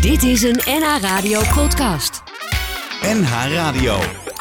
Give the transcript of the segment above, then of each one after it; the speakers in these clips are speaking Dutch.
Dit is een NH Radio podcast. NH Radio.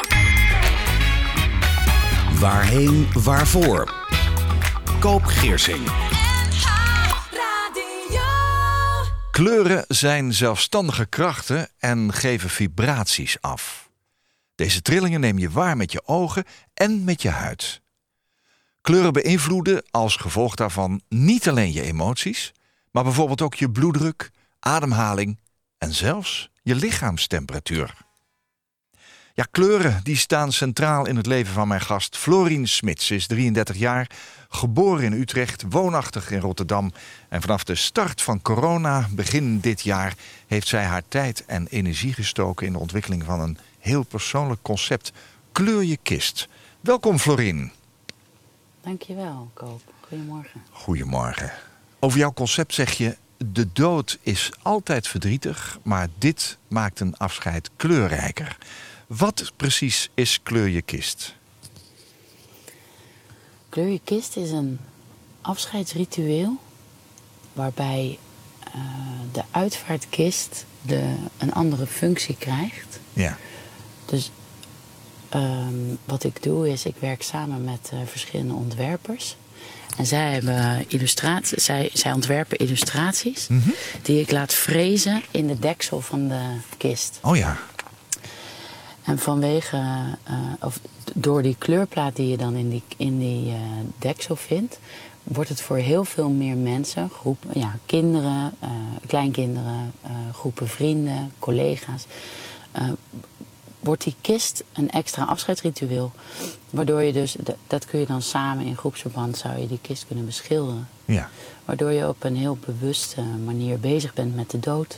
Waarheen, waarvoor? Koop Geersing. NH Radio. Kleuren zijn zelfstandige krachten en geven vibraties af. Deze trillingen neem je waar met je ogen en met je huid. Kleuren beïnvloeden als gevolg daarvan niet alleen je emoties, maar bijvoorbeeld ook je bloeddruk, ademhaling en zelfs je lichaamstemperatuur. Ja, kleuren die staan centraal in het leven van mijn gast Florien Smits. Ze is 33 jaar, geboren in Utrecht, woonachtig in Rotterdam. En vanaf de start van corona, begin dit jaar, heeft zij haar tijd en energie gestoken in de ontwikkeling van een heel persoonlijk concept. Kleur je kist. Welkom Florien. Dankjewel, Koop. Goedemorgen. Goedemorgen. Over jouw concept zeg je: de dood is altijd verdrietig, maar dit maakt een afscheid kleurrijker. Wat precies is Kleur je kist? Kleur je kist is een afscheidsritueel waarbij de uitvaartkist een andere functie krijgt. Ja. Dus wat ik doe is, ik werk samen met verschillende ontwerpers. En zij hebben illustraties, zij ontwerpen illustraties die ik laat frezen in de deksel van de kist. Oh ja. En door die kleurplaat die je dan in die deksel vindt, wordt het voor heel veel meer mensen, kinderen, kleinkinderen, groepen vrienden, collega's, wordt die kist een extra afscheidsritueel. Waardoor je dus, dat kun je dan samen in groepsverband, zou je die kist kunnen beschilderen. Ja. Waardoor je op een heel bewuste manier bezig bent met de dood.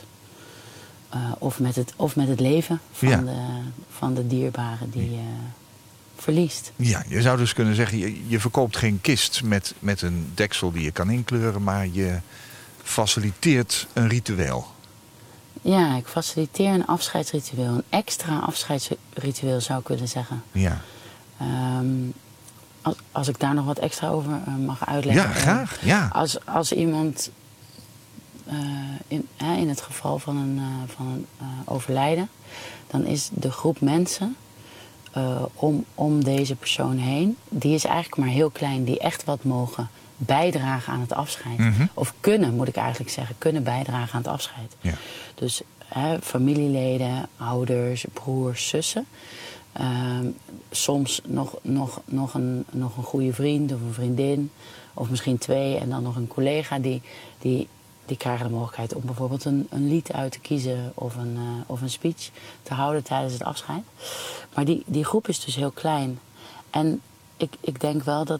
Of met het leven van de dierbare die je verliest. Ja, Je zou dus kunnen zeggen, je verkoopt geen kist met een deksel die je kan inkleuren, maar je faciliteert een ritueel. Ja, ik faciliteer een afscheidsritueel. Een extra afscheidsritueel zou ik willen zeggen. Ja. Als ik daar nog wat extra over mag uitleggen. Ja, graag. Ja. Als iemand in het geval van een overlijden, dan is de groep mensen om deze persoon heen, die is eigenlijk maar heel klein, die echt wat mogen bijdragen aan het afscheid. Of kunnen, moet ik eigenlijk zeggen, kunnen bijdragen aan het afscheid. Ja. Dus familieleden, ouders, broers, zussen. Soms nog een goede vriend of een vriendin. Of misschien 2 en dan nog een collega die krijgen de mogelijkheid om bijvoorbeeld een lied uit te kiezen of een speech te houden tijdens het afscheid. Maar die groep is dus heel klein. En ik denk wel dat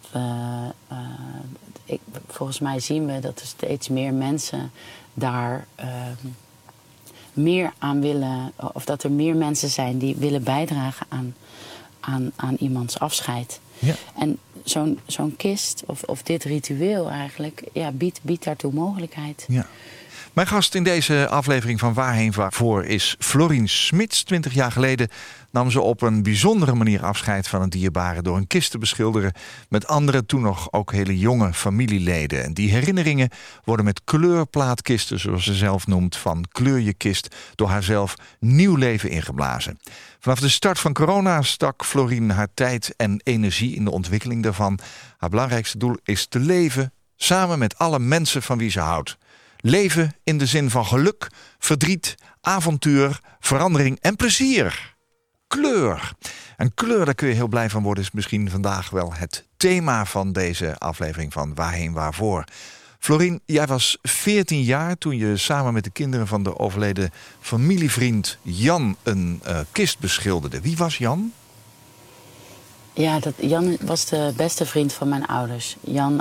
volgens mij zien we dat er steeds meer mensen daar meer aan willen, of dat er meer mensen zijn die willen bijdragen aan iemands afscheid. Ja. En zo'n kist of dit ritueel eigenlijk biedt daartoe mogelijkheid. Ja. Mijn gast in deze aflevering van Waarheen Waarvoor is Florien Smits. 20 jaar geleden nam ze op een bijzondere manier afscheid van een dierbare door een kist te beschilderen met andere, toen nog ook hele jonge familieleden. En die herinneringen worden met kleurplaatkisten, zoals ze zelf noemt, van Kleur je kist, door haarzelf nieuw leven ingeblazen. Vanaf de start van corona stak Florien haar tijd en energie in de ontwikkeling daarvan. Haar belangrijkste doel is te leven samen met alle mensen van wie ze houdt. Leven in de zin van geluk, verdriet, avontuur, verandering en plezier. Kleur. En kleur, daar kun je heel blij van worden, is misschien vandaag wel het thema van deze aflevering van Waarheen Waarvoor. Florien, jij was 14 jaar toen je samen met de kinderen van de overleden familievriend Jan een kist beschilderde. Wie was Jan? Ja, Jan was de beste vriend van mijn ouders. Jan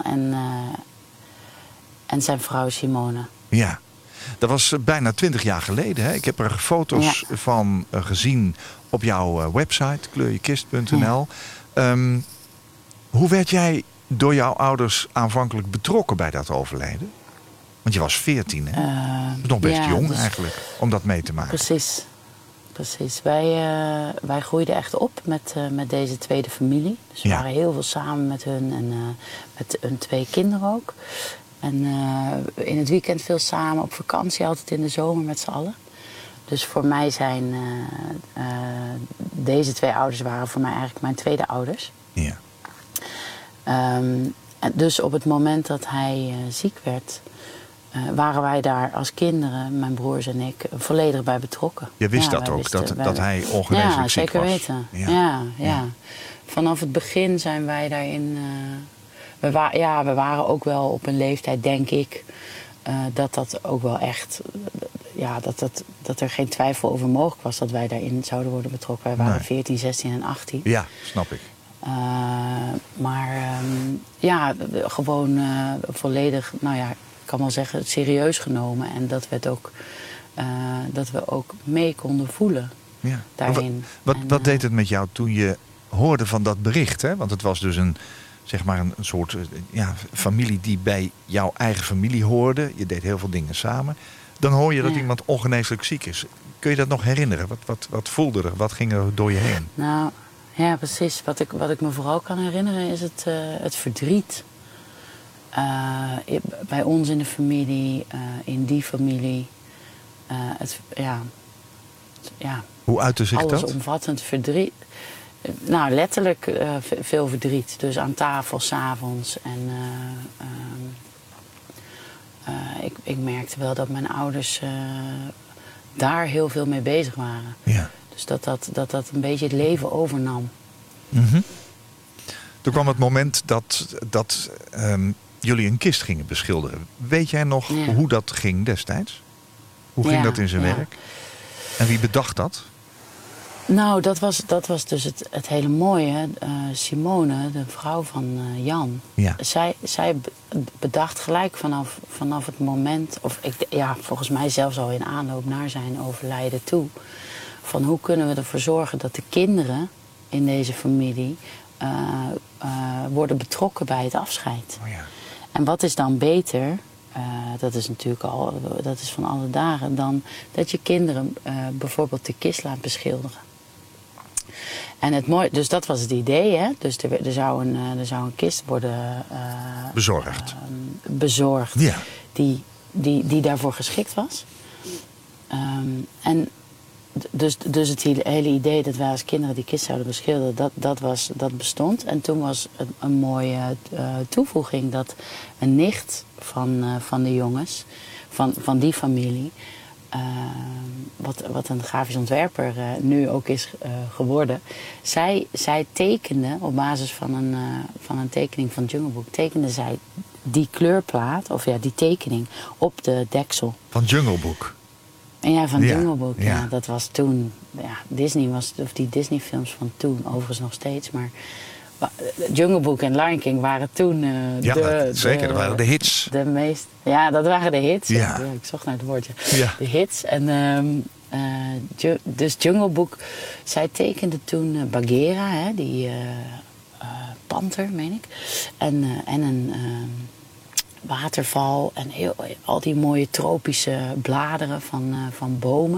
en zijn vrouw Simone. Ja, dat was bijna 20 jaar geleden. Hè? Ik heb er foto's van gezien op jouw website, kleurjekist.nl. Ja. Hoe werd jij door jouw ouders aanvankelijk betrokken bij dat overlijden? Want je was 14, hè? Nog best jong eigenlijk, om dat mee te maken. Precies. Wij groeiden echt op met deze tweede familie. Dus we waren heel veel samen met hun en met hun 2 kinderen ook. En in het weekend veel samen, op vakantie altijd in de zomer met z'n allen. Dus voor mij zijn deze 2 ouders waren voor mij eigenlijk mijn tweede ouders. Ja. En dus op het moment dat hij ziek werd, waren wij daar als kinderen, mijn broers en ik, volledig bij betrokken. Je wist dat wij ook, wisten, dat hij ongeneeslijk ziek was? Ja, zeker weten. Ja. Vanaf het begin zijn wij daarin... we waren ook wel op een leeftijd, denk ik, dat ook wel echt... dat er geen twijfel over mogelijk was dat wij daarin zouden worden betrokken. Wij waren 14, 16 en 18. Ja, snap ik. Gewoon volledig, ik kan wel zeggen, serieus genomen. En dat werd ook, dat we ook mee konden voelen daarin. Wat deed het met jou toen je hoorde van dat bericht? Hè? Want het was dus een soort familie die bij jouw eigen familie hoorde. Je deed heel veel dingen samen. Dan hoor je dat iemand ongeneeslijk ziek is. Kun je dat nog herinneren? Wat voelde er? Wat ging er door je heen? Nou, ja, precies. Wat ik me vooral kan herinneren is het verdriet. Bij ons in de familie, in die familie. Hoe uitte zich dat? Allesomvattend verdriet. Nou, letterlijk veel verdriet. Dus aan tafel, 's avonds. En ik merkte wel dat mijn ouders daar heel veel mee bezig waren. Ja. Dus dat een beetje het leven overnam. Mm-hmm. Toen kwam het moment dat jullie een kist gingen beschilderen. Weet jij nog hoe dat ging destijds? Hoe ging dat in zijn werk? En wie bedacht dat? Nou, dat was dus het hele mooie. Simone, de vrouw van Jan. Ja. Zij bedacht gelijk vanaf het moment... volgens mij zelfs al in aanloop naar zijn overlijden toe... van hoe kunnen we ervoor zorgen dat de kinderen in deze familie... worden betrokken bij het afscheid. Oh ja. En wat is dan beter... dat is natuurlijk dat is van alle dagen... dan dat je kinderen bijvoorbeeld de kist laat beschilderen. En het mooie, dus dat was het idee, hè? Dus er zou een kist worden bezorgd. Ja. Die daarvoor geschikt was. En dus het hele idee dat wij als kinderen die kist zouden beschilderen, dat bestond. En toen was het een mooie toevoeging dat een nicht van de jongens, van die familie, wat een grafisch ontwerper nu ook is geworden. Zij tekende op basis van een tekening van Jungle Book, tekende zij die kleurplaat, of die tekening, op de deksel. Van Jungle Book? Ja, van Jungle Book. Ja, dat was toen. Ja, Disney was, of die Disney-films van toen, overigens nog steeds. Maar Jungle Book en Lion King waren toen zeker, dat waren de hits. De meest, ja, dat waren de hits. Ja. Ja, ik zocht naar het woordje. Ja. De hits. En dus Jungle Book, zij tekende toen Bagheera, hè, die panter, meen ik. En een waterval en al die mooie tropische bladeren van bomen.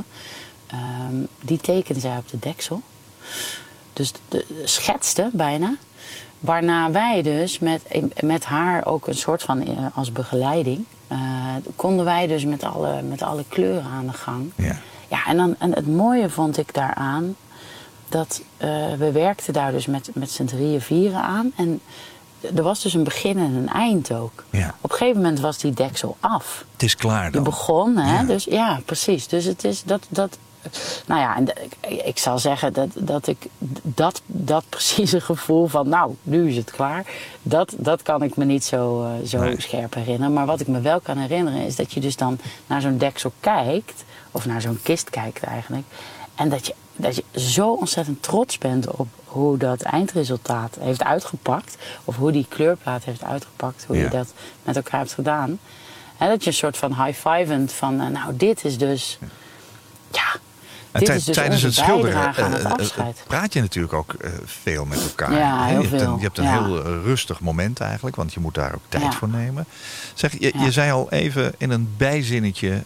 Die tekende zij op de deksel. Dus schetste bijna. Waarna wij dus met haar ook een soort van als begeleiding... konden wij dus met alle kleuren aan de gang. Ja. Ja, en het mooie vond ik daaraan... dat we werkten daar dus met z'n 3, 4 aan... en er was dus een begin en een eind ook. Ja. Op een gegeven moment was die deksel af. Het is klaar dan. Je begon, hè? Ja. Dus ja, precies. Dus het is dat nou ja, en ik zal zeggen dat ik dat precieze gevoel van... nou, nu is het klaar. Dat kan ik me niet zo scherp herinneren. Maar wat ik me wel kan herinneren is dat je dus dan naar zo'n deksel kijkt... of naar zo'n kist kijkt eigenlijk... en dat je zo ontzettend trots bent op hoe dat eindresultaat heeft uitgepakt... of hoe die kleurplaat heeft uitgepakt, hoe je dat met elkaar hebt gedaan. En dat je een soort van high-fivend van... nou, dit is dus... ja, dit is dus tijdens het schilderen aan het afscheid. Praat je natuurlijk ook veel met elkaar. Ja, heel veel. Je hebt een heel rustig moment eigenlijk, want je moet daar ook tijd voor nemen. Zeg, je zei al even in een bijzinnetje...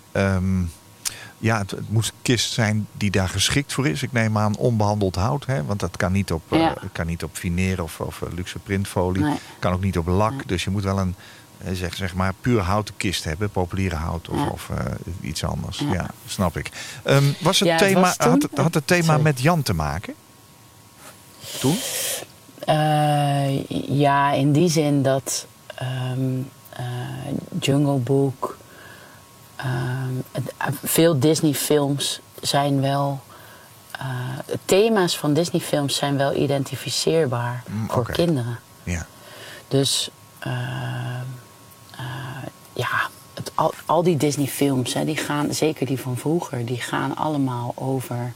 het moet een kist zijn die daar geschikt voor is. Ik neem aan onbehandeld hout, hè? Want dat kan niet op veneer of luxe printfolie. Nee. Kan ook niet op lak. Dus je moet wel Zeg, zeg maar puur houten kist hebben, populiere hout of iets anders. Ja, snap ik. Was het thema, had het thema met Jan te maken? Toen? Ja, in die zin dat Jungle Book, veel Disney-films zijn wel... thema's van Disney-films zijn wel identificeerbaar voor kinderen. Ja. Dus al die Disney-films, die gaan, zeker die van vroeger, die gaan allemaal over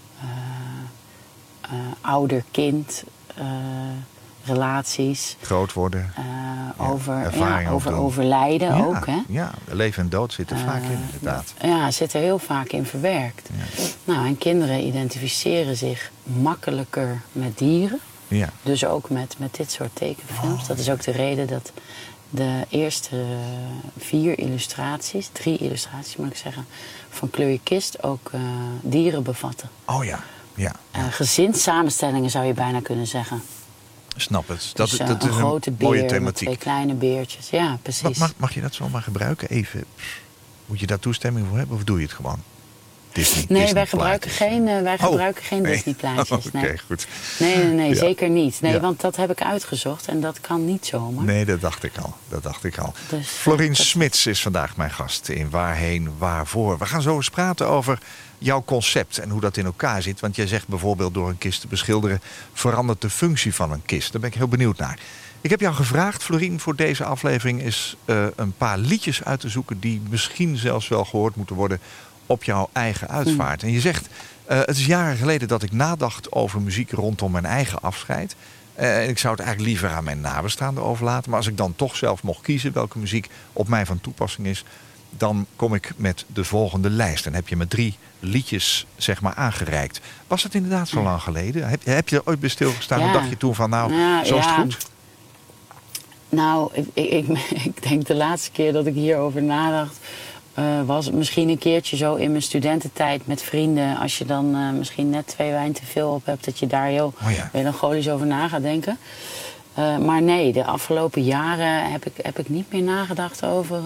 ouder-kind relaties. Groot worden. Over overlijden ook. Hè? Ja, leven en dood zitten vaak in, inderdaad. Ja, zit er heel vaak in verwerkt. Ja. Nou, en kinderen identificeren zich makkelijker met dieren. Ja. Dus ook met dit soort tekenfilms. Dat is ook de reden dat de eerste 3 illustraties moet ik zeggen, van Kleur je kist ook dieren bevatten. Oh ja. Gezinssamenstellingen zou je bijna kunnen zeggen. Snap het. Dat is een grote beer mooie thematiek. met 2 kleine beertjes. Ja, precies. Mag je dat zomaar gebruiken? Even. Moet je daar toestemming voor hebben of doe je het gewoon? Nee, wij gebruiken geen Disney-plaatjes. Oké, goed. Nee, zeker niet. Nee, want dat heb ik uitgezocht en dat kan niet zomaar. Nee, dat dacht ik al. Dus, Florien Smits is vandaag mijn gast in Waarheen, Waarvoor. We gaan zo eens praten over jouw concept en hoe dat in elkaar zit. Want jij zegt bijvoorbeeld door een kist te beschilderen verandert de functie van een kist. Daar ben ik heel benieuwd naar. Ik heb jou gevraagd, Florien, voor deze aflevering is een paar liedjes uit te zoeken die misschien zelfs wel gehoord moeten worden op jouw eigen uitvaart. En je zegt, het is jaren geleden dat ik nadacht over muziek rondom mijn eigen afscheid. En ik zou het eigenlijk liever aan mijn nabestaanden overlaten. Maar als ik dan toch zelf mocht kiezen welke muziek op mij van toepassing is, dan kom ik met de volgende lijst. En heb je me 3 liedjes zeg maar aangereikt. Was het inderdaad zo lang geleden? Heb je er ooit bij stilgestaan? En dacht je toen van zo is het goed? Nou, ik denk de laatste keer dat ik hierover nadacht was het misschien een keertje zo in mijn studententijd met vrienden. Als je dan misschien net 2 wijn te veel op hebt, dat je daar heel melancholisch over na gaat denken. Maar nee, de afgelopen jaren heb ik niet meer nagedacht over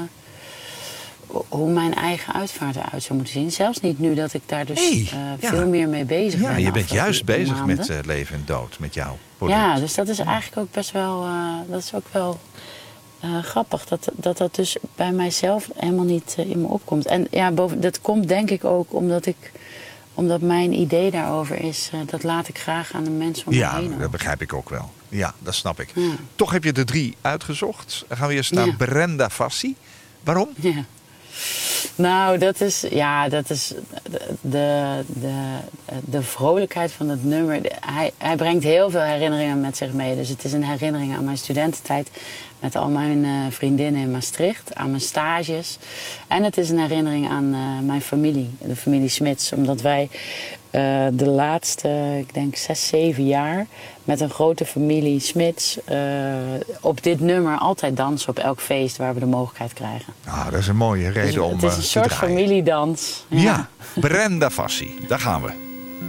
hoe mijn eigen uitvaart eruit zou moeten zien. Zelfs niet nu dat ik daar dus veel meer mee bezig ben. Ja, je bent juist bezig met leven en dood, met jouw product. Ja, dus dat is eigenlijk ook best wel, dat is ook wel grappig. Dat dus bij mijzelf helemaal niet in me opkomt. En ja, dat komt denk ik ook omdat mijn idee daarover is, dat laat ik graag aan de mensen om me heen. Ja, dat begrijp ik ook wel. Ja, dat snap ik. Ja. Toch heb je de 3 uitgezocht. Dan gaan we eerst naar Brenda Fassi. Waarom? Ja. Nou, dat is de vrolijkheid van het nummer. Hij brengt heel veel herinneringen met zich mee. Dus het is een herinnering aan mijn studententijd met al mijn vriendinnen in Maastricht, aan mijn stages. En het is een herinnering aan mijn familie, de familie Smits. Omdat wij de laatste, ik denk 6, 7 jaar met een grote familie Smits op dit nummer altijd dansen op elk feest waar we de mogelijkheid krijgen. Ah, dat is een mooie reden om te draaien. Het is een soort familiedans. Ja, Brenda Fassi, daar gaan we.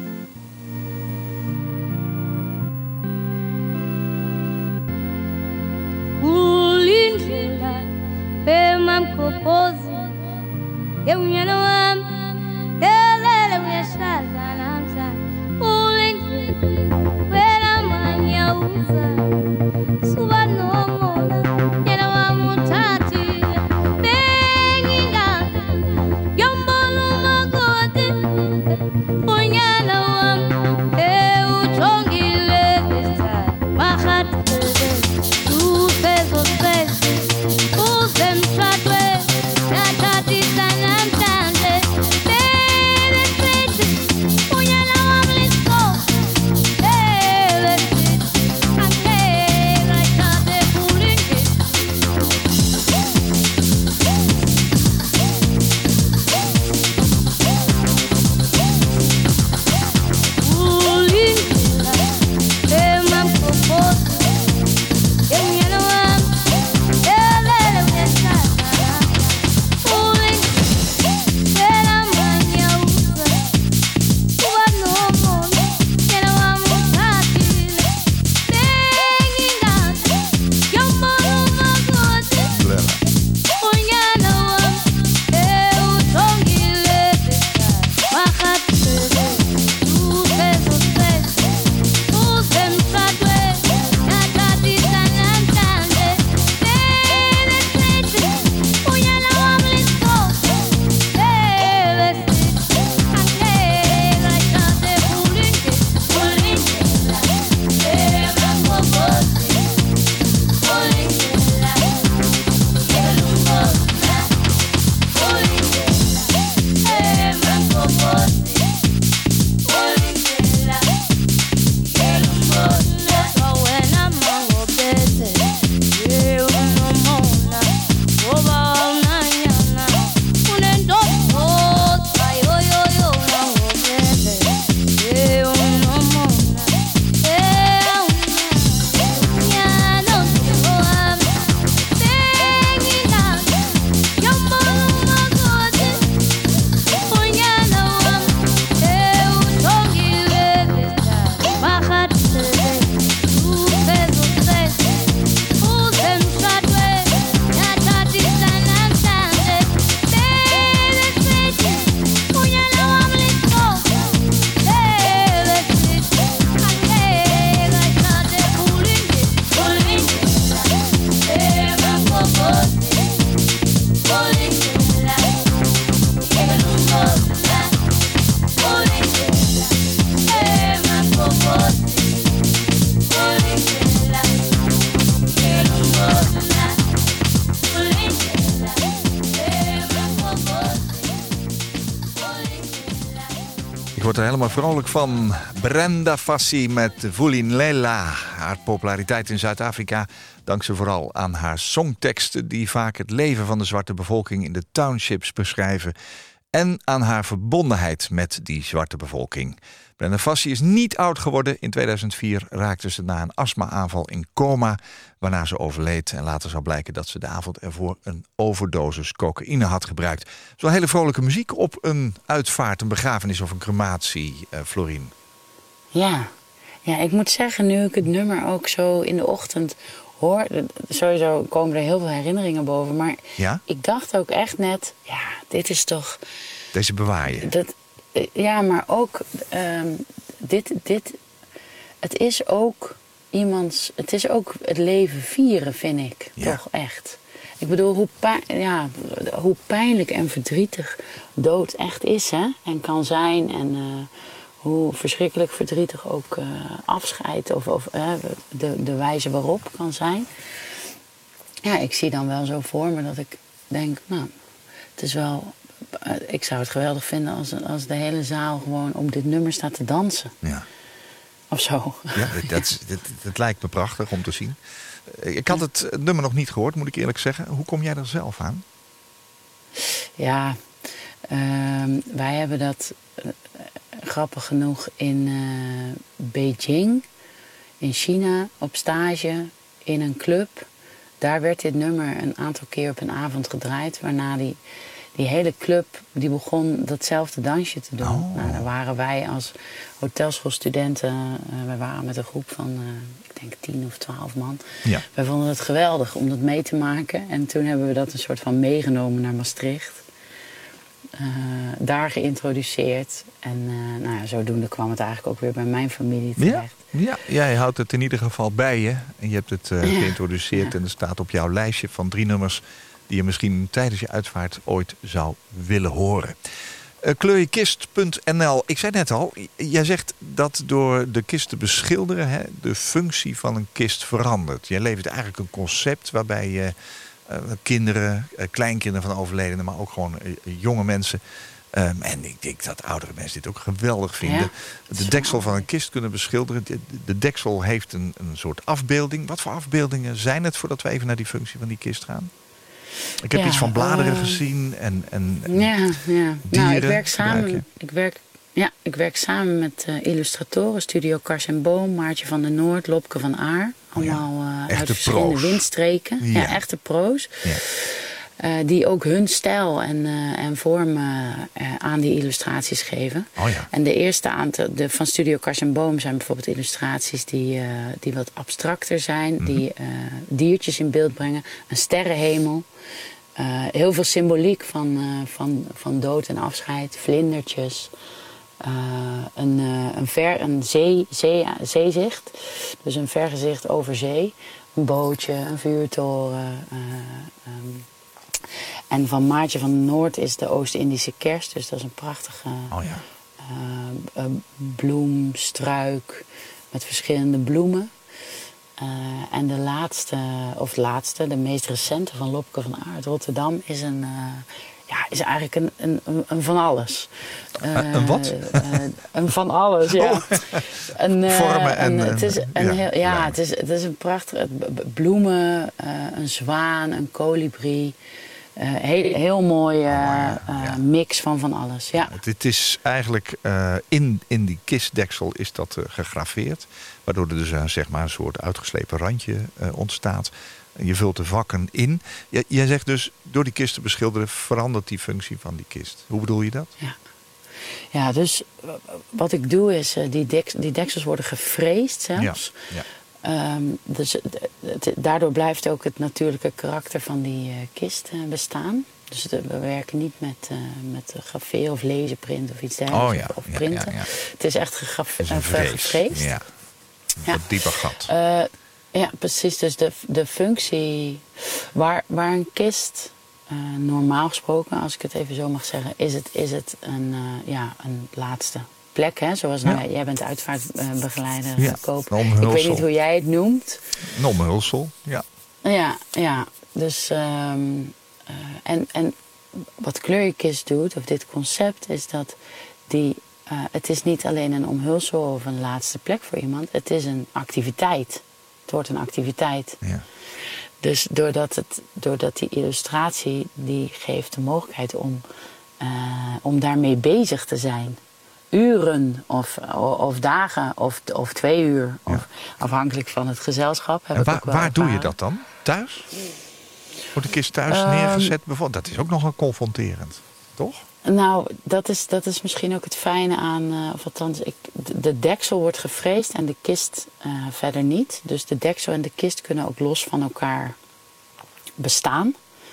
Ulindlela pema mkopozi yeunyana wami elele uyashadla namhla ulindlela wena manyauza suba nomona yena wamuthathi bengingazi yombolo makoti unyana wami ujongile this time mahathele uzemshadwe nathathisa namhlanje Ik word er helemaal vrolijk van. Brenda Fassie met Vulindlela. Haar populariteit in Zuid-Afrika dankzij vooral aan haar songteksten die vaak het leven van de zwarte bevolking in de townships beschrijven en aan haar verbondenheid met die zwarte bevolking. Brenda Fassie is niet oud geworden. In 2004 raakte ze na een astma-aanval in coma, waarna ze overleed. En later zou blijken dat ze de avond ervoor een overdosis cocaïne had gebruikt. Zo'n hele vrolijke muziek op een uitvaart, een begrafenis of een crematie, Florien. Ja, ik moet zeggen, nu ik het nummer ook zo in de ochtend hoor, sowieso komen er heel veel herinneringen boven. Maar Ja? ik dacht ook echt net, ja, dit is toch... Deze bewaar je. Ja, maar ook het is ook het is ook het leven vieren, vind ik. Ja. Toch echt. Ik bedoel, hoe pijnlijk en verdrietig dood echt is, hè? En kan zijn. En hoe verschrikkelijk verdrietig ook afscheid of de wijze waarop kan zijn. Ja, ik zie dan wel zo voor me dat ik denk, nou, het is wel... Ik zou het geweldig vinden als de hele zaal gewoon op dit nummer staat te dansen. Ja. Of zo. Ja, dat lijkt me prachtig om te zien. Ik had het nummer nog niet gehoord, moet ik eerlijk zeggen. Hoe kom jij er zelf aan? Ja, wij hebben dat grappig genoeg in Beijing, in China, op stage in een club. Daar werd dit nummer een aantal keer op een avond gedraaid, waarna die hele club die begon datzelfde dansje te doen. Oh. Nou, daar waren wij als hotelschoolstudenten. We waren met een groep van, ik denk 10 of 12 man. Ja. Wij vonden het geweldig om dat mee te maken. En toen hebben we dat een soort van meegenomen naar Maastricht. Daar geïntroduceerd. En zodoende kwam het eigenlijk ook weer bij mijn familie terecht. Ja, jij houdt het in ieder geval bij je. En je hebt het geïntroduceerd en het staat op jouw lijstje van 3 nummers... die je misschien tijdens je uitvaart ooit zou willen horen. Kleurjekist.nl. Ik zei net al, jij zegt dat door de kist te beschilderen... de functie van een kist verandert. Jij levert eigenlijk een concept waarbij je kinderen, kleinkinderen van overledenen... maar ook gewoon jonge mensen... en ik denk dat oudere mensen dit ook geweldig vinden. Ja, de deksel van een kist kunnen beschilderen. De deksel heeft een soort afbeelding. Wat voor afbeeldingen zijn het voordat we even naar die functie van die kist gaan? Ik heb iets van bladeren gezien en ja. dieren. Nou, ik werk samen met illustratoren. Studio Kars en Boom, Maartje van der Noord, Lopke van Aar. Allemaal uit verschillende pro's. Windstreken. Ja, echte pro's. Ja. Die ook hun stijl en vorm aan die illustraties geven. Oh ja. En de eerste aantal van Studio Kars en Boom zijn bijvoorbeeld illustraties die wat abstracter zijn. Mm-hmm. Die diertjes in beeld brengen. Een sterrenhemel. Heel veel symboliek van dood en afscheid. Vlindertjes. Een zeezicht. Dus een vergezicht over zee. Een bootje, een vuurtoren. En van Maartje van der Noord is de Oost-Indische kerst. Dus dat is een prachtige bloemstruik met verschillende bloemen. En de meest recente van Lopke van Aar uit Rotterdam is is eigenlijk een van alles. Een wat? Een van alles, ja. Vormen en... Het is een prachtig... Bloemen, een zwaan, een kolibrie. Heel mooie mix van alles, ja. Het is eigenlijk in die kistdeksel is dat gegraveerd. Waardoor er dus een soort uitgeslepen randje ontstaat. Je vult de vakken in. Jij zegt dus, door die kist te beschilderen verandert die functie van die kist. Hoe bedoel je dat? Ja, dus wat ik doe is, die deksels worden gefreesd zelfs. Ja. Dus daardoor blijft ook het natuurlijke karakter van die kist bestaan. Dus we werken niet met graveren of laserprint of iets dergelijks. Of printen. Ja. Het is echt gefreesd. Ja. Wat dieper gat. Ja, precies. Dus de functie waar een kist, normaal gesproken, als ik het even zo mag zeggen, is het een laatste plek. Hè? Zoals jij bent uitvaartbegeleider, Koop. Ik weet niet hoe jij het noemt. Een omhulsel, ja. Ja. Dus, en wat Kleurjekist doet, of dit concept, is dat het is niet alleen een omhulsel of een laatste plek voor iemand. Het is een activiteit. Het wordt een activiteit. Ja. Dus doordat die illustratie, die geeft de mogelijkheid om daarmee bezig te zijn. Uren of dagen of 2 uur. Ja. Of, afhankelijk van het gezelschap. En waar doe je dat dan? Thuis? Wordt de kist thuis neergezet bijvoorbeeld? Dat is ook nogal confronterend, toch? Nou, dat is misschien ook het fijne aan... of althans, de deksel wordt gevreesd en de kist verder niet. Dus de deksel en de kist kunnen ook los van elkaar bestaan.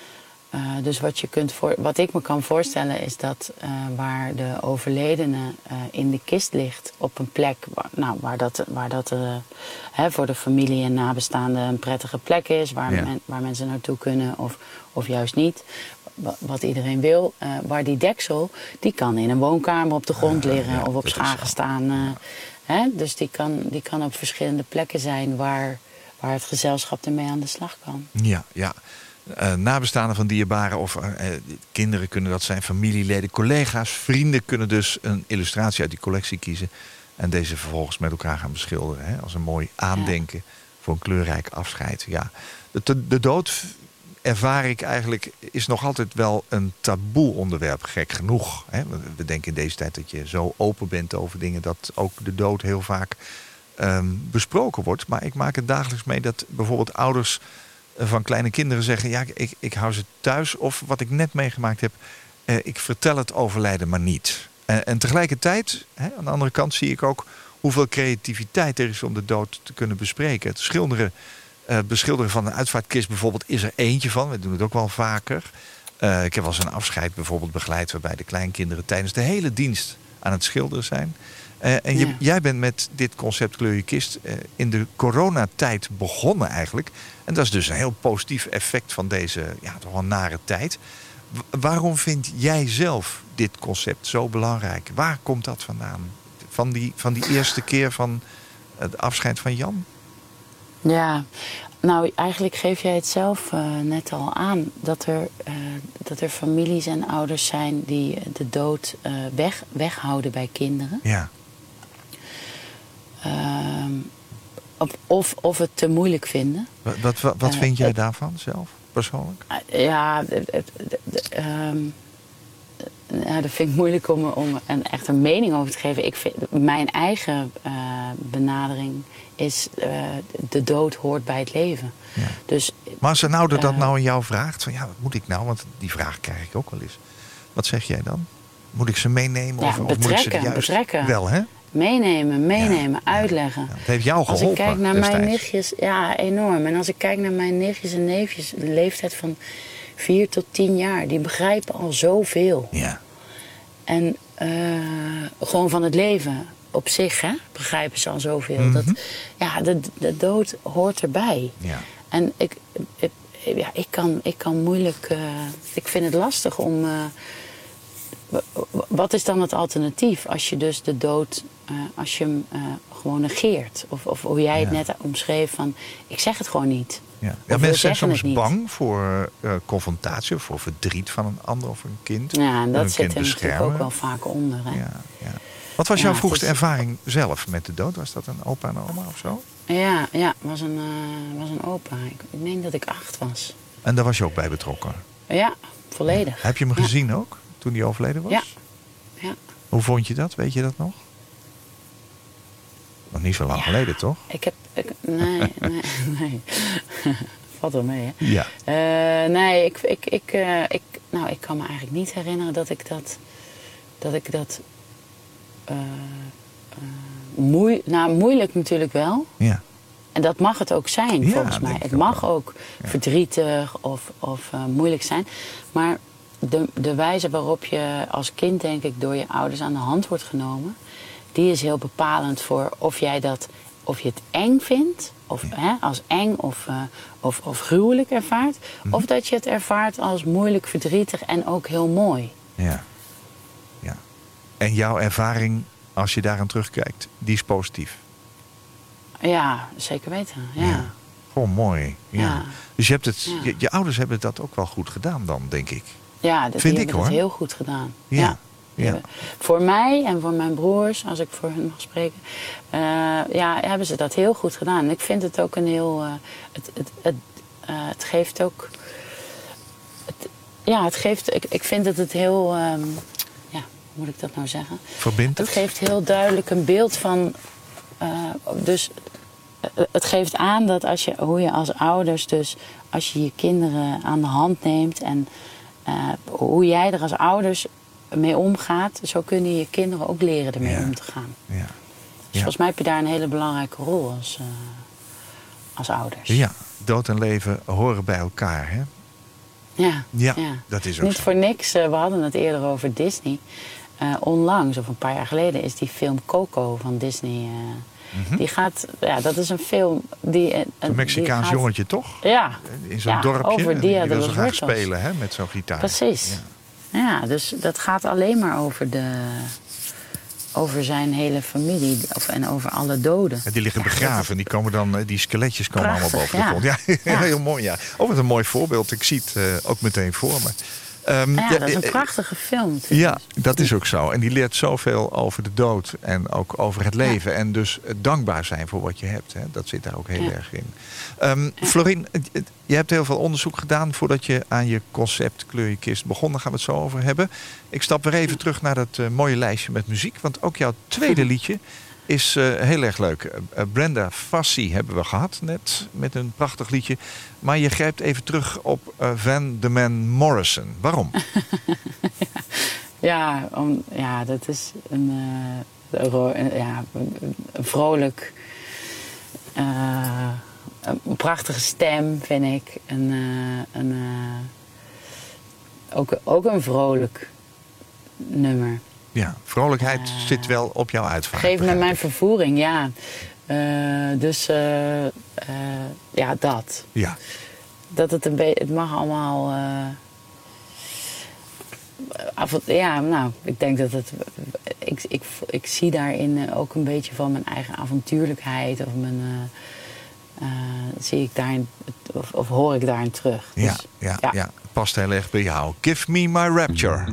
Dus wat ik me kan voorstellen is dat waar de overledene in de kist ligt... op een plek waar dat voor de familie en nabestaanden een prettige plek is... waar mensen naartoe kunnen of juist niet... Wat iedereen wil, waar die deksel... die kan in een woonkamer op de grond liggen of op schagen staan. Dus die kan op verschillende plekken zijn... waar het gezelschap ermee aan de slag kan. Ja. Nabestaanden van dierbaren of kinderen kunnen dat zijn, familieleden, collega's, vrienden kunnen dus een illustratie uit die collectie kiezen en deze vervolgens met elkaar gaan beschilderen. Als een mooi aandenken voor een kleurrijk afscheid. Ja. De dood, ervaar ik eigenlijk, is nog altijd wel een taboe onderwerp, gek genoeg. We denken in deze tijd dat je zo open bent over dingen dat ook de dood heel vaak besproken wordt. Maar ik maak het dagelijks mee dat bijvoorbeeld ouders van kleine kinderen zeggen... ja, ik hou ze thuis. Of wat ik net meegemaakt heb... ik vertel het overlijden maar niet. En tegelijkertijd, aan de andere kant zie ik ook... hoeveel creativiteit er is om de dood te kunnen bespreken. Het beschilderen van een uitvaartkist bijvoorbeeld... is er eentje van. We doen het ook wel vaker. Ik heb wel eens een afscheid bijvoorbeeld begeleid... waarbij de kleinkinderen tijdens de hele dienst aan het schilderen zijn... Jij bent met dit concept Kleur je kist in de coronatijd begonnen eigenlijk. En dat is dus een heel positief effect van deze toch wel nare tijd. Waarom vind jij zelf dit concept zo belangrijk? Waar komt dat vandaan? Van die eerste keer van het afscheid van Jan? Ja, nou eigenlijk geef jij het zelf net al aan. Dat er families en ouders zijn die de dood weghouden bij kinderen. Ja. Of het te moeilijk vinden. Wat vind jij daarvan zelf, persoonlijk? Dat vind ik moeilijk om echt een mening over te geven. Mijn eigen benadering is... de dood hoort bij het leven. Ja. Dus, maar als een ouder dat nou aan jou vraagt... van wat moet ik nou? Want die vraag krijg ik ook wel eens. Wat zeg jij dan? Moet ik ze meenemen? Of moet ik ze juist betrekken. Wel, hè? Meenemen, uitleggen. Ja, het heeft jou geholpen. Als ik kijk naar destijds. mijn nichtjes, enorm. En als ik kijk naar mijn nichtjes en neefjes, de leeftijd van 4 tot 10 jaar, die begrijpen al zoveel. Ja. En gewoon van het leven op zich, begrijpen ze al zoveel. Mm-hmm. De dood hoort erbij. Ja. En ik kan moeilijk, ik vind het lastig om... wat is dan het alternatief als je dus de dood, als je hem gewoon negeert? Of hoe jij het net omschreef van, ik zeg het gewoon niet. Ja. Mensen zijn soms bang voor confrontatie of voor verdriet van een ander of een kind. Ja, en dat zit er natuurlijk ook wel vaak onder. Hè? Ja. Wat was jouw vroegste ervaring zelf met de dood? Was dat een opa en oma of zo? Ja, was een opa. Ik denk dat ik 8 was. En daar was je ook bij betrokken? Ja, volledig. Heb je hem gezien ook, toen hij overleden was? Ja. Hoe vond je dat? Weet je dat nog? Nog niet zo lang geleden, toch? Nee. Valt wel mee, hè? Ja. Ik kan me eigenlijk niet herinneren dat ik dat moeilijk natuurlijk wel. Ja. En dat mag het ook zijn, volgens mij. Het mag ook verdrietig of moeilijk zijn. Maar de wijze waarop je als kind, denk ik, door je ouders aan de hand wordt genomen, die is heel bepalend voor of je het eng vindt, of als eng of gruwelijk ervaart, of dat je het ervaart als moeilijk, verdrietig en ook heel mooi. Ja. En jouw ervaring, als je daaraan terugkijkt, die is positief? Ja, zeker weten. Ja. Gewoon mooi. Ja. Dus je ouders hebben dat ook wel goed gedaan dan, denk ik. Ja, vind ik, hebben het heel goed gedaan. Ja. Ja. Voor mij en voor mijn broers, als ik voor hun mag spreken, hebben ze dat heel goed gedaan. En ik vind het ook een heel... het geeft ook... Ik vind dat het heel... hoe moet ik dat nou zeggen? Verbindt het? Het geeft heel duidelijk een beeld van... het geeft aan dat hoe je als ouders, dus als je je kinderen aan de hand neemt en hoe jij er als ouders mee omgaat, zo kunnen je kinderen ook leren ermee om te gaan. Ja. Dus volgens mij heb je daar een hele belangrijke rol als ouders. Ja, dood en leven horen bij elkaar, hè? Ja, dat is ook niet zo. voor niks, we hadden het eerder over Disney. Onlangs, of een paar jaar geleden, is die film Coco van Disney... Die gaat, dat is een film die... Een Mexicaans jongetje, toch? Ja. In zo'n dorpje. Over die wil de zo los graag Muertos. spelen, hè, met zo'n gitaar. Precies. Ja, dus dat gaat alleen maar over zijn hele familie en over alle doden. En die liggen begraven. Die komen dan, die skeletjes komen Prachtig, allemaal boven de grond. Ja, heel mooi, ja. Oh, wat een mooi voorbeeld. Ik zie het ook meteen voor me. Dat is een prachtige film. Ja, dat is ook zo. En die leert zoveel over de dood en ook over het leven. Ja. En dus dankbaar zijn voor wat je hebt. Hè. Dat zit daar ook heel erg in. Florien, je hebt heel veel onderzoek gedaan voordat je aan je concept Kleur je kist begon. Daar gaan we het zo over hebben. Ik stap weer even terug naar dat mooie lijstje met muziek. Want ook jouw tweede liedje is heel erg leuk. Brenda Fassie hebben we gehad net met een prachtig liedje. Maar je grijpt even terug op Van the Man Morrison. Waarom? Dat is een vrolijk... een prachtige stem, vind ik. Ook een vrolijk nummer. Ja, vrolijkheid zit wel op jouw uitvaart. Geef me mijn vervoering, ja. Dat. Ja. Dat het het mag allemaal... ik denk dat het... Ik zie daarin ook een beetje van mijn eigen avontuurlijkheid. Of mijn... zie ik daarin... Of hoor ik daarin terug. Ja, Dus, ja. Past heel erg bij jou. Give me my rapture.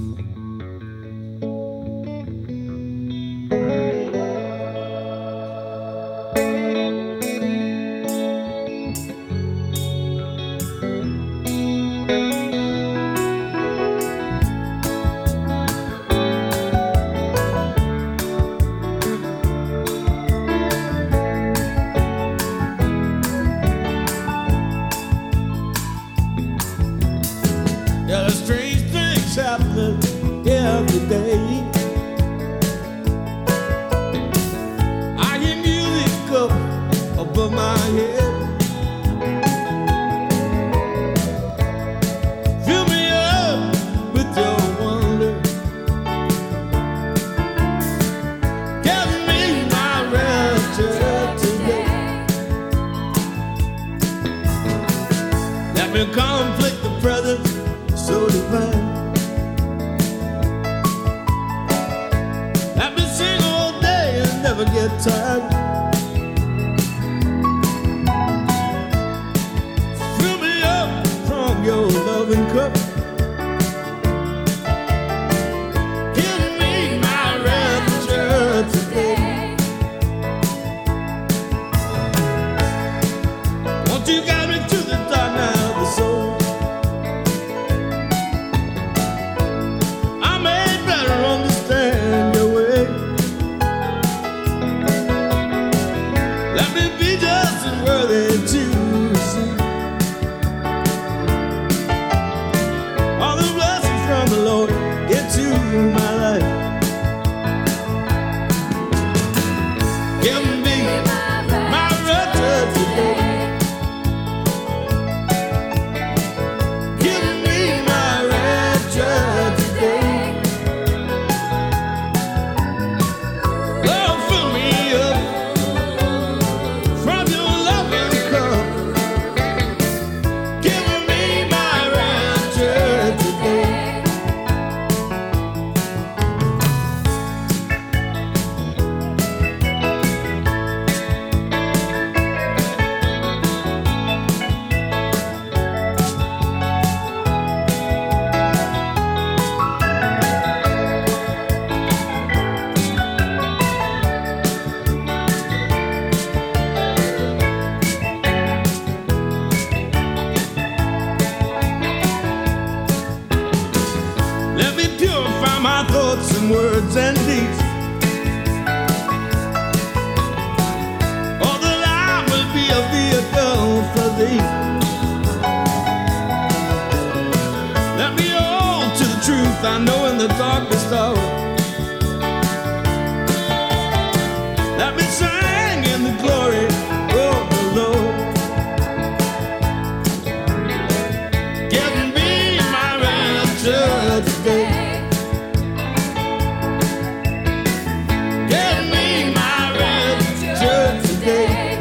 the darkest hour. Let me sing in the glory of the Lord. Give me my rapture today. Give me my rapture today.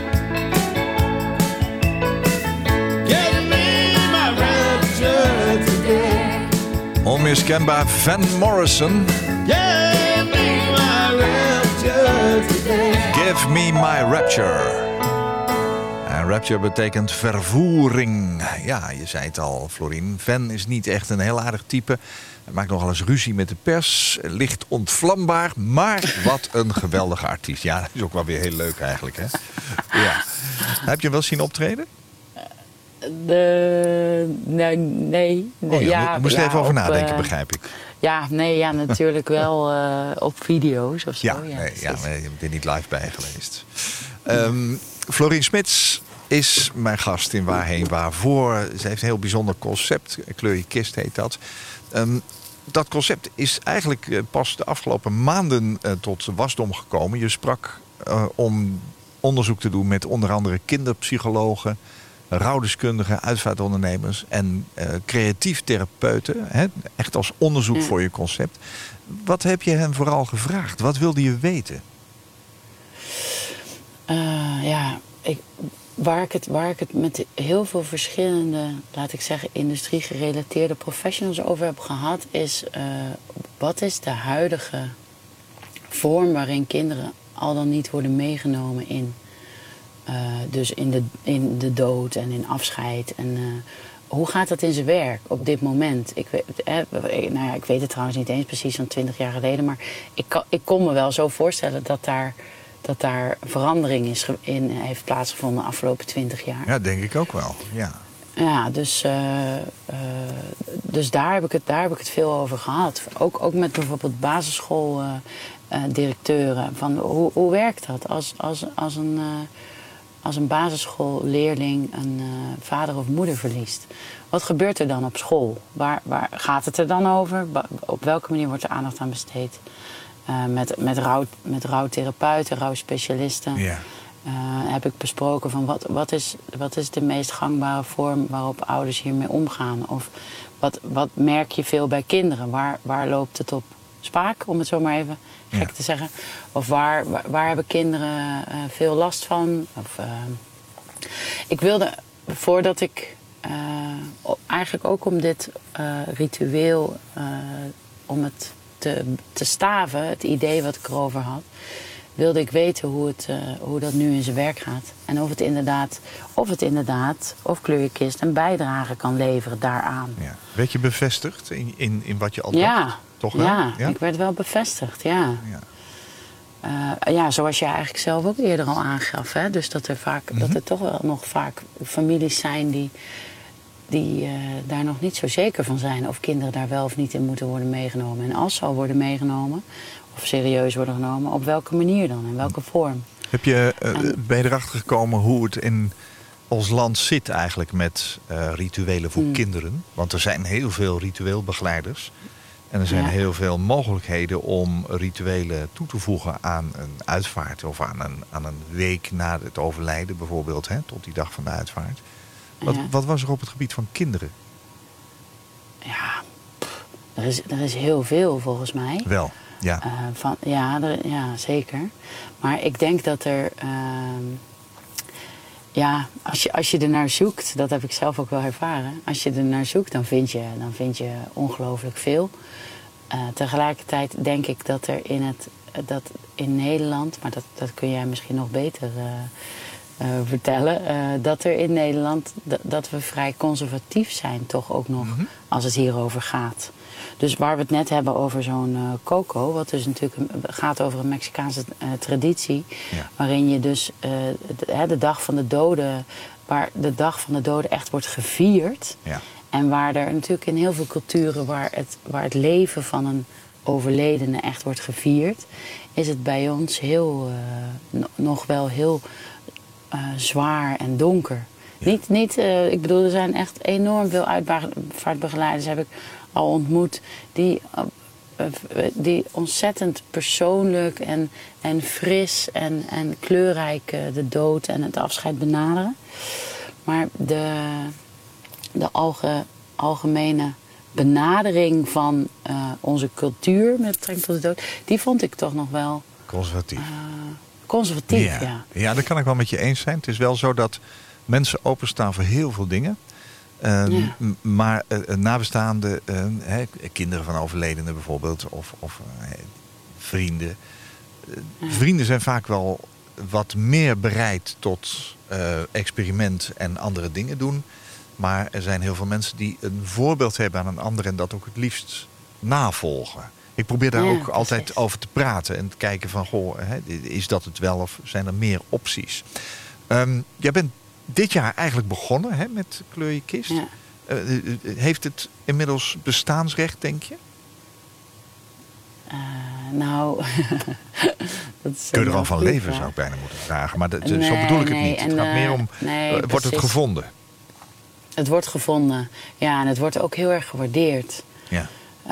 Give me my rapture today. Onmiskenbaar Van Morrison. Give me my rapture today. Give me my rapture. En rapture betekent vervoering. Ja, je zei het al, Florien. Van is niet echt een heel aardig type. Hij maakt nogal eens ruzie met de pers. Licht ontvlambaar, maar wat een geweldige artiest. Ja, dat is ook wel weer heel leuk eigenlijk, hè? Ja. Heb je hem wel zien optreden? Nee. Oh, je moest er even over nadenken, begrijp ik. Ja, natuurlijk wel op video's of zo. Ja, nee, maar je bent er niet live bij geweest. Florien Smits is mijn gast in Waarheen Waarvoor. Ze heeft een heel bijzonder concept. Kleur je kist heet dat. Dat concept is eigenlijk pas de afgelopen maanden tot wasdom gekomen. Je sprak om onderzoek te doen met onder andere kinderpsychologen, rouwdeskundigen, uitvaartondernemers en creatief therapeuten. Hè? Echt als onderzoek voor je concept. Wat heb je hen vooral gevraagd? Wat wilde je weten? Waar ik het met heel veel verschillende, laat ik zeggen, industrie-gerelateerde professionals over heb gehad, is wat is de huidige vorm waarin kinderen al dan niet worden meegenomen in, dus in de dood en in afscheid. En hoe gaat dat in zijn werk op dit moment? Ik weet het trouwens niet eens precies van 20 jaar geleden, maar ik kon me wel zo voorstellen dat daar verandering in heeft plaatsgevonden de afgelopen 20 jaar. Ja, denk ik ook wel. Ja, dus daar heb ik het veel over gehad. Ook met bijvoorbeeld basisschooldirecteuren. Van hoe werkt dat als een basisschoolleerling een vader of moeder verliest? Wat gebeurt er dan op school? Waar gaat het er dan over? Op welke manier wordt er aandacht aan besteed? Met rouwtherapeuten, rouwspecialisten. Ja. Heb ik besproken van wat is de meest gangbare vorm waarop ouders hiermee omgaan? Of wat merk je veel bij kinderen? Waar loopt het op spaak, om het zo maar even gek te zeggen? Of waar hebben kinderen veel last van? Ik wilde, voordat ik eigenlijk ook om dit ritueel, om het te staven, het idee wat ik erover had, wilde ik weten hoe dat nu in zijn werk gaat. En of Kleur je kist een bijdrage kan leveren daaraan. Ja. Werd je bevestigd in wat je al dacht? Toch wel? Ja, ik werd wel bevestigd, ja. Zoals jij eigenlijk zelf ook eerder al aangaf. Hè? Dus dat er toch wel nog vaak families zijn die daar nog niet zo zeker van zijn of kinderen daar wel of niet in moeten worden meegenomen. En als ze al worden meegenomen, of serieus worden genomen, op welke manier dan, in welke vorm. Ben je erachter gekomen hoe het in ons land zit eigenlijk met rituelen voor kinderen? Want er zijn heel veel ritueelbegeleiders. En er zijn heel veel mogelijkheden om rituelen toe te voegen aan een uitvaart of aan een week na het overlijden bijvoorbeeld, hè, tot die dag van de uitvaart. Wat was er op het gebied van kinderen? Ja, er is heel veel volgens mij. Wel, ja. Zeker. Maar ik denk dat er... als je er naar zoekt, dat heb ik zelf ook wel ervaren. Als je er naar zoekt, dan vind je ongelooflijk veel. Tegelijkertijd denk ik dat er in Nederland, maar dat kun jij misschien nog beter vertellen, dat er in Nederland dat we vrij conservatief zijn, toch ook nog, als het hierover gaat. Dus waar we het net hebben over zo'n coco, wat dus natuurlijk gaat over een Mexicaanse traditie, waarin je dus de dag van de doden, waar de dag van de doden echt wordt gevierd. Ja. En waar er natuurlijk in heel veel culturen waar het leven van een overledene echt wordt gevierd, is het bij ons nog wel heel zwaar en donker. Ja. Ik bedoel, er zijn echt enorm veel uitvaartbegeleiders, heb ik al ontmoet, die die ontzettend persoonlijk en fris en kleurrijk de dood en het afscheid benaderen. Maar de algemene benadering van onze cultuur met betrekking tot de dood, die vond ik toch nog wel conservatief. Ja, daar kan ik wel met je eens zijn. Het is wel zo dat mensen openstaan voor heel veel dingen. Maar nabestaanden, kinderen van overledenen bijvoorbeeld, of vrienden. Vrienden zijn vaak wel wat meer bereid tot experiment en andere dingen doen. Maar er zijn heel veel mensen die een voorbeeld hebben aan een ander en dat ook het liefst navolgen. Ik probeer daar ook altijd over te praten en te kijken van, is dat het wel of zijn er meer opties? Jij bent dit jaar eigenlijk begonnen met Kleur je kist. Ja. Heeft het inmiddels bestaansrecht, denk je? Dat is kun je er al van leven, zou ik bijna moeten vragen. Maar zo bedoel ik het niet. Het gaat meer om, wordt het gevonden? Het wordt gevonden, ja. En het wordt ook heel erg gewaardeerd. Ja.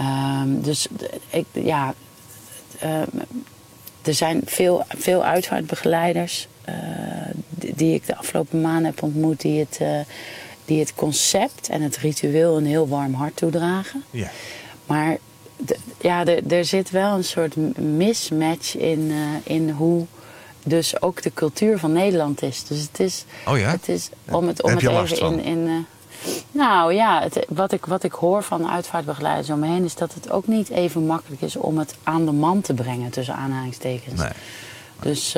Er zijn veel uitvaartbegeleiders die ik de afgelopen maanden heb ontmoet, die het concept en het ritueel een heel warm hart toedragen. Ja. Maar er zit wel een soort mismatch in hoe dus ook de cultuur van Nederland is. Dus het is, het is om het even in wat ik hoor van uitvaartbegeleiders om me heen is dat het ook niet even makkelijk is om het aan de man te brengen, tussen aanhalingstekens. Nee. Dus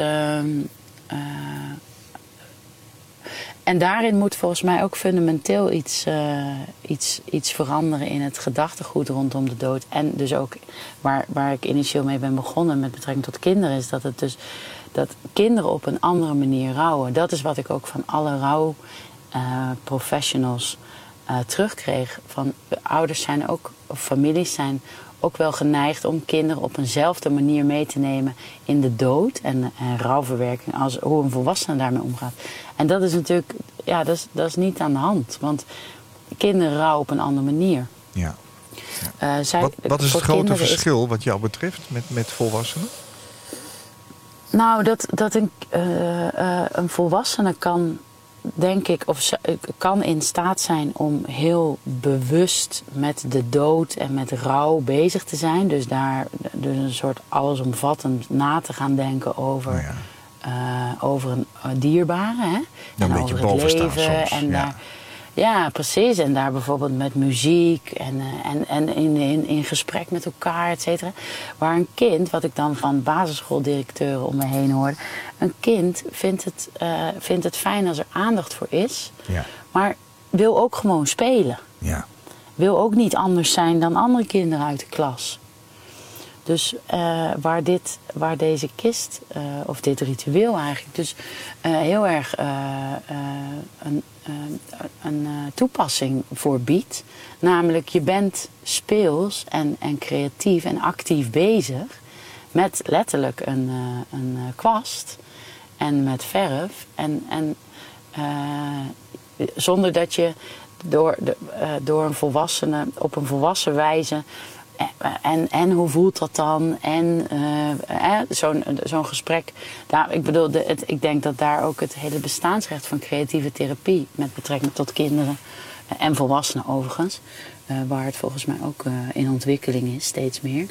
en daarin moet volgens mij ook fundamenteel iets veranderen in het gedachtegoed rondom de dood. En dus ook waar ik initieel mee ben begonnen met betrekking tot kinderen, is dat kinderen op een andere manier rouwen. Dat is wat ik ook van alle rouwprofessionals terugkreeg. Van ouders zijn ook, of families zijn ook wel geneigd om kinderen op eenzelfde manier mee te nemen in de dood en rouwverwerking als hoe een volwassene daarmee omgaat. En dat is natuurlijk, dat is niet aan de hand. Want kinderen rouwen op een andere manier. Ja. Wat is het grote verschil wat jou betreft met volwassenen? Nou, dat een volwassene kan, denk ik, kan in staat zijn om heel bewust met de dood en met rouw bezig te zijn. Dus daar een soort allesomvattend na te gaan denken over, over een dierbare. Hè? Ja, en over het leven. Soms, ja, precies. En daar bijvoorbeeld met muziek en in gesprek met elkaar, et cetera. Waar een kind, wat ik dan van basisschooldirecteuren om me heen hoorde, een kind vindt het fijn als er aandacht voor is, maar wil ook gewoon spelen. Ja. Wil ook niet anders zijn dan andere kinderen uit de klas. Dus waar deze kist, of dit ritueel eigenlijk, dus heel erg een toepassing voor biedt. Namelijk, je bent speels en creatief en actief bezig met letterlijk een kwast en met verf. En zonder dat je door een volwassene op een volwassen wijze. En hoe voelt dat dan? En zo'n gesprek. Ik denk dat daar ook het hele bestaansrecht van creatieve therapie met betrekking tot kinderen en volwassenen overigens, waar het volgens mij ook in ontwikkeling is, steeds meer.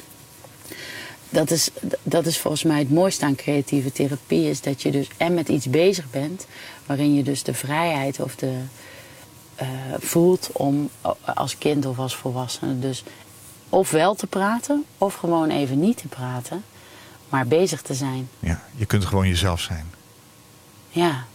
Dat is volgens mij het mooiste aan creatieve therapie, is dat je dus met iets bezig bent waarin je dus de vrijheid of voelt om als kind of als volwassene dus of wel te praten, of gewoon even niet te praten, maar bezig te zijn. Ja, je kunt gewoon jezelf zijn. Ja.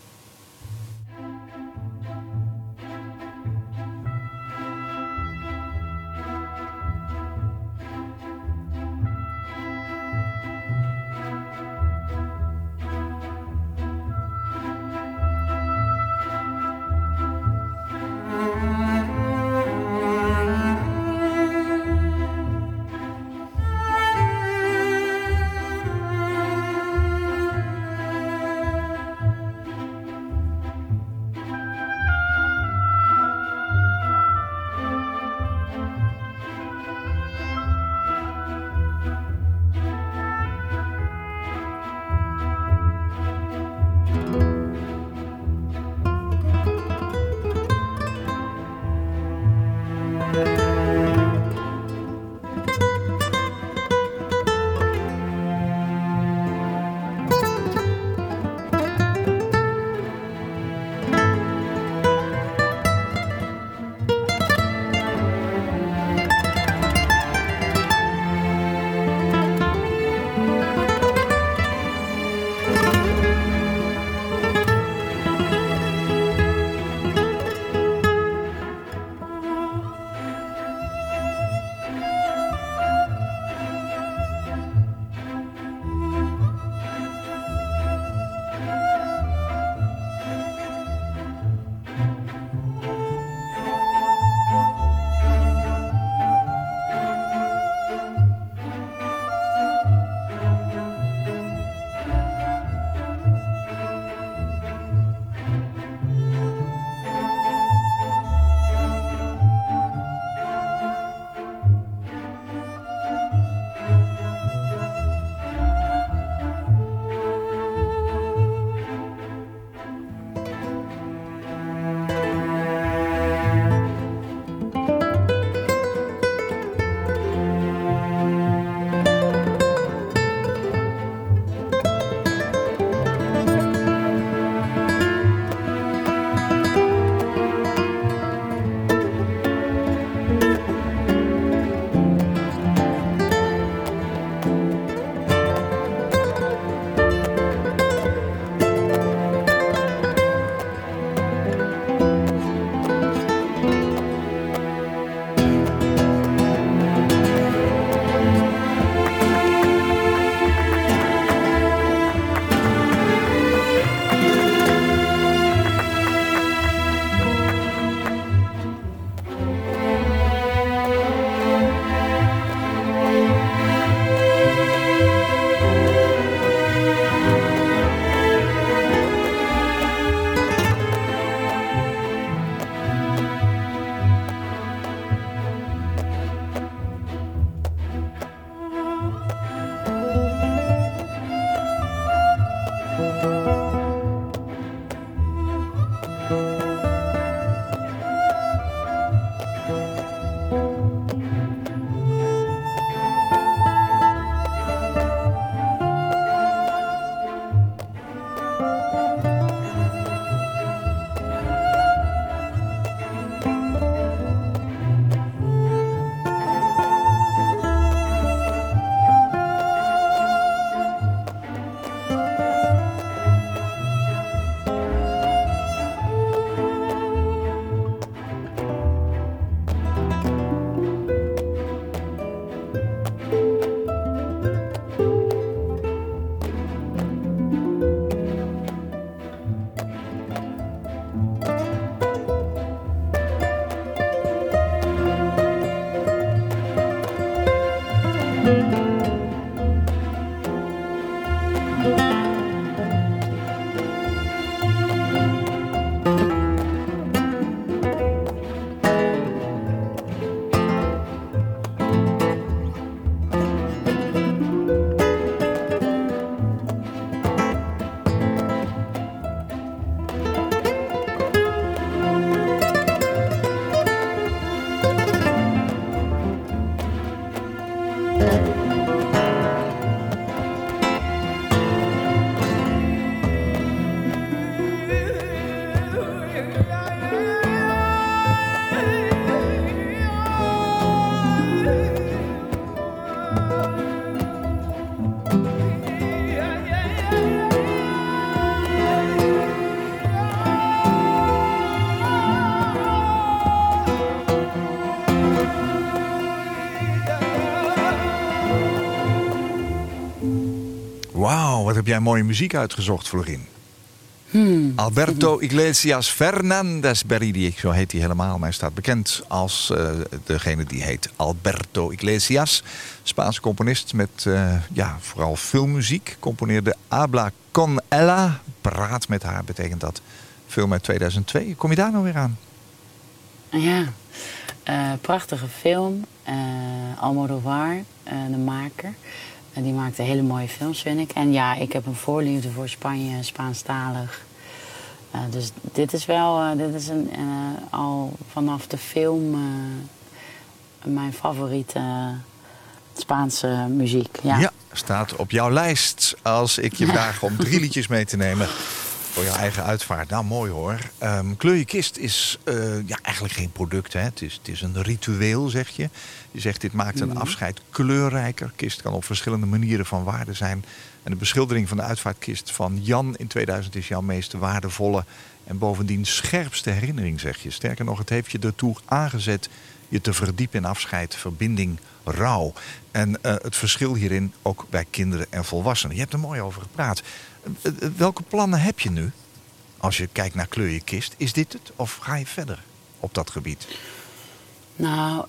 Wauw, wat heb jij mooie muziek uitgezocht, Florien. Alberto Iglesias Fernández Beridi, zo heet hij helemaal. Maar hij staat bekend als degene die heet Alberto Iglesias. Spaanse componist met vooral filmmuziek. Componeerde Habla con ella. Praat met haar betekent dat. Film uit 2002. Kom je daar nou weer aan? Ja, prachtige film. Almodóvar, de maker. Die maakte hele mooie films, vind ik. En ja, ik heb een voorliefde voor Spanje, Spaanstalig. Dus dit is wel, al vanaf de film mijn favoriete Spaanse muziek. Ja, staat op jouw lijst als ik je vraag om 3 liedjes mee te nemen voor jouw eigen uitvaart. Nou, mooi hoor. Kleur je kist is eigenlijk geen product. Hè. Het is een ritueel, zeg je. Je zegt, dit maakt een afscheid kleurrijker. Kist kan op verschillende manieren van waarde zijn. En de beschildering van de uitvaartkist van Jan in 2000 is jouw meest waardevolle en bovendien scherpste herinnering, zeg je. Sterker nog, het heeft je ertoe aangezet je te verdiepen in afscheid, verbinding, rouw. En het verschil hierin ook bij kinderen en volwassenen. Je hebt er mooi over gepraat. Welke plannen heb je nu? Als je kijkt naar Kleur je kist, is dit het? Of ga je verder op dat gebied? Nou,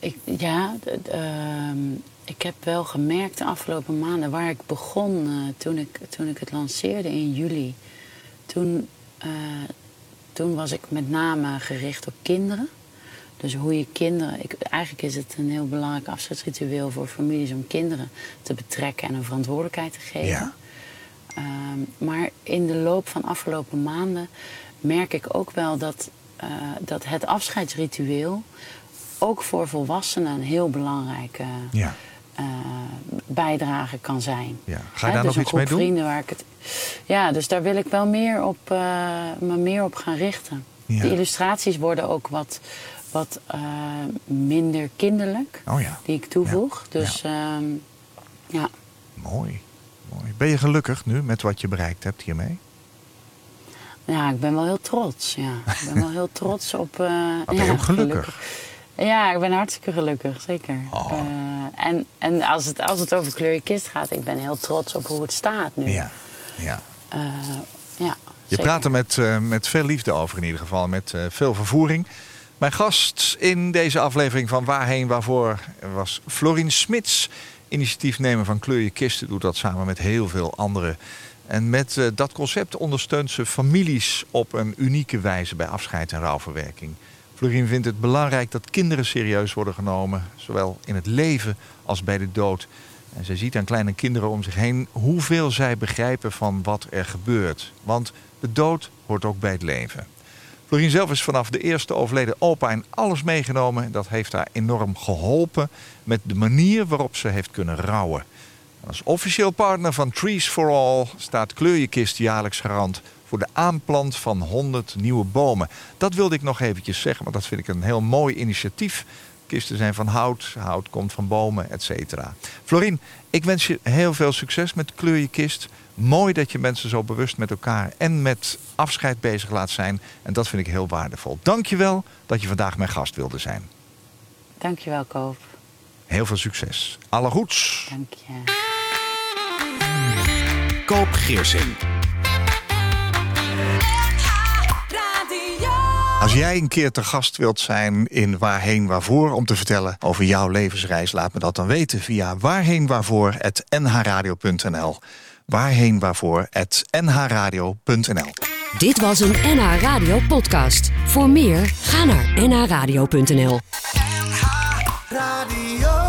ik heb wel gemerkt de afgelopen maanden waar ik begon toen ik het lanceerde in juli. Toen was ik met name gericht op kinderen. Dus hoe je kinderen... Eigenlijk is het een heel belangrijk afscheidsritueel voor families om kinderen te betrekken en een verantwoordelijkheid te geven. Ja. Maar in de loop van afgelopen maanden merk ik ook wel dat het afscheidsritueel ook voor volwassenen een heel belangrijke bijdrage kan zijn. Ja. Ga je daar nog iets mee doen? Vrienden waar ik dus daar wil ik wel me meer op gaan richten. Ja. De illustraties worden ook wat minder kinderlijk, die ik toevoeg. Ja. Dus Mooi. Ben je gelukkig nu met wat je bereikt hebt hiermee? Ja, ik ben wel heel trots. Ja. Ik ben wel heel trots op... ben je ook gelukkig? Ja, ik ben hartstikke gelukkig, zeker. Oh. En als het over Kleur je kist gaat, ik ben heel trots op hoe het staat nu. Ja. Je zeker. praat er met veel liefde over in ieder geval, met veel vervoering. Mijn gast in deze aflevering van Waarheen Waarvoor was Florien Smits, initiatiefnemer van Kleur je kist. Doet dat samen met heel veel anderen. En met dat concept ondersteunt ze families op een unieke wijze bij afscheid en rouwverwerking. Florien vindt het belangrijk dat kinderen serieus worden genomen, zowel in het leven als bij de dood. En zij ziet aan kleine kinderen om zich heen hoeveel zij begrijpen van wat er gebeurt. Want de dood hoort ook bij het leven. Florien zelf is vanaf de eerste overleden opa in alles meegenomen. Dat heeft haar enorm geholpen met de manier waarop ze heeft kunnen rouwen. Als officieel partner van Trees for All staat Kleur je kist jaarlijks garant voor de aanplant van 100 nieuwe bomen. Dat wilde ik nog eventjes zeggen, want dat vind ik een heel mooi initiatief. Kisten zijn van hout, hout komt van bomen, et cetera. Florien, ik wens je heel veel succes met Kleur je kist. Mooi dat je mensen zo bewust met elkaar en met afscheid bezig laat zijn. En dat vind ik heel waardevol. Dank je wel dat je vandaag mijn gast wilde zijn. Dank je wel, Koop. Heel veel succes. Alle goeds. Dank je. Koop Geersing. Als jij een keer te gast wilt zijn in Waarheen Waarvoor om te vertellen over jouw levensreis, laat me dat dan weten via waarheenwaarvoor@nhradio.nl. Waarheenwaarvoor@nhradio.nl. Dit was een NH Radio podcast. Voor meer, ga naar nhradio.nl. NH Radio.